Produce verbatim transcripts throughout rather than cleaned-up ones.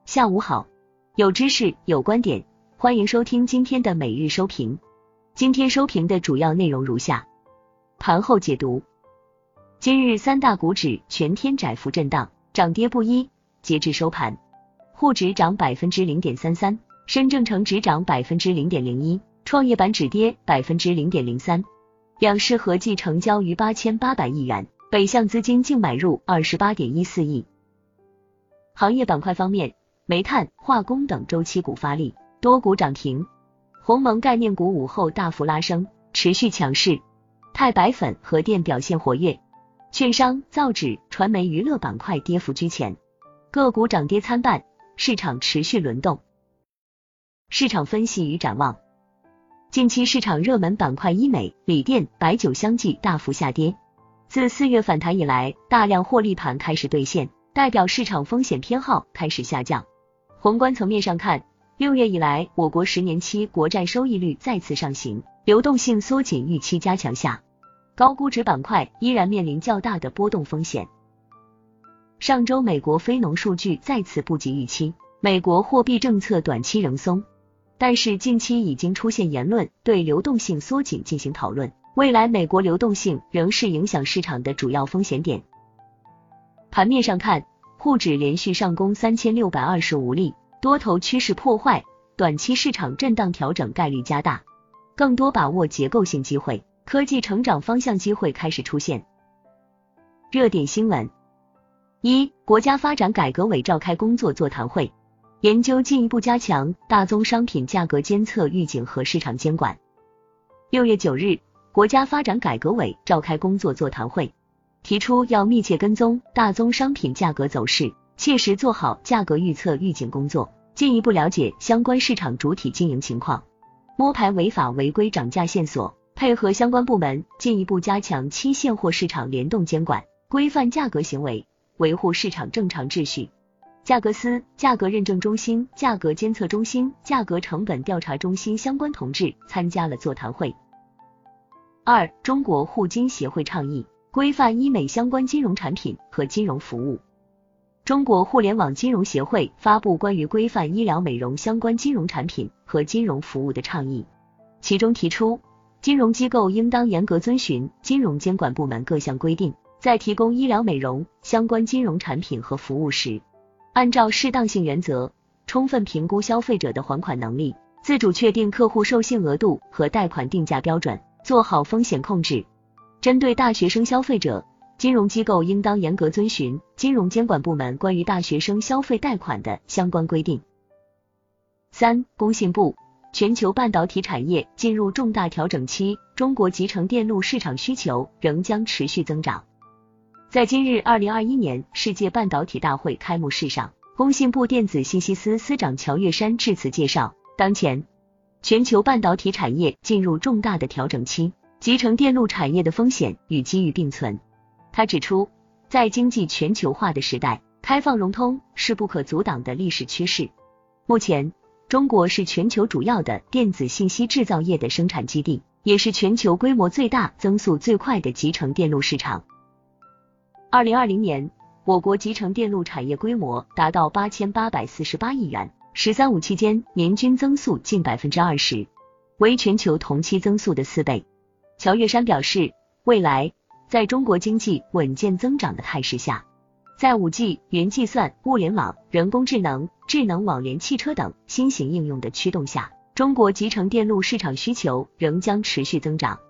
下午好，有知识有观点，欢迎收听今天的每日收评。今天收评的主要内容如下：盘后解读。今日三大股指全天窄幅震荡，涨跌不一。截至收盘，沪指涨 百分之零点三三， 深证成指涨 百分之零点零一， 创业板指跌 百分之零点零三。两市合计成交逾八千八百亿元，北向资金净买入 二十八点一四亿。行业板块方面，煤炭、化工等周期股发力，多股涨停。鸿蒙概念股午后大幅拉升，持续强势。钛白粉、核电表现活跃。券商、造纸、传媒娱乐板块跌幅居前，个股涨跌参半，市场持续轮动。市场分析与展望。近期市场热门板块医美、锂电、白酒相继大幅下跌。自四月反弹以来，大量获利盘开始兑现，代表市场风险偏好开始下降。宏观层面上看，六月以来，我国十年期国债收益率再次上行，流动性缩紧预期加强下，高估值板块依然面临较大的波动风险。上周美国非农数据再次不及预期，美国货币政策短期仍松，但是近期已经出现言论对流动性缩紧进行讨论，未来美国流动性仍是影响市场的主要风险点。盘面上看，沪指连续上攻三千六百二十五例，多头趋势破坏，短期市场震荡调整概率加大，更多把握结构性机会，科技成长方向机会开始出现。热点新闻：一、国家发展改革委召开工作座谈会，研究进一步加强大宗商品价格监测预警和市场监管。六月九日，国家发展改革委召开工作座谈会，提出要密切跟踪大宗商品价格走势，切实做好价格预测预警工作，进一步了解相关市场主体经营情况，摸排违法违规涨价线索，配合相关部门进一步加强期现货市场联动监管，规范价格行为，维护市场正常秩序。价格司、价格认证中心、价格监测中心、价格成本调查中心相关同志参加了座谈会。二、中国互金协会倡议规范医美相关金融产品和金融服务。中国互联网金融协会发布关于规范医疗美容相关金融产品和金融服务的倡议，其中提出，金融机构应当严格遵循金融监管部门各项规定，在提供医疗美容相关金融产品和服务时，按照适当性原则，充分评估消费者的还款能力，自主确定客户授信额度和贷款定价标准，做好风险控制。针对大学生消费者，金融机构应当严格遵循金融监管部门关于大学生消费贷款的相关规定。三、工信部，全球半导体产业进入重大调整期，中国集成电路市场需求仍将持续增长。在今日二零二一年世界半导体大会开幕式上，工信部电子信息司司长乔月山致辞介绍，当前全球半导体产业进入重大的调整期，集成电路产业的风险与机遇并存。他指出，在经济全球化的时代，开放融通是不可阻挡的历史趋势。目前，中国是全球主要的电子信息制造业的生产基地，也是全球规模最大、增速最快的集成电路市场。二零二零年，我国集成电路产业规模达到八千八百四十八亿元，十三五期间年均增速近 百分之二十， 为全球同期增速的四倍。乔月山表示，未来在中国经济稳健增长的态势下，在 五 G、云计算、物联网、人工智能、智能网联汽车等新型应用的驱动下，中国集成电路市场需求仍将持续增长。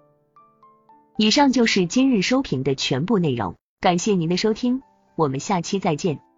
以上就是今日收评的全部内容，感谢您的收听，我们下期再见。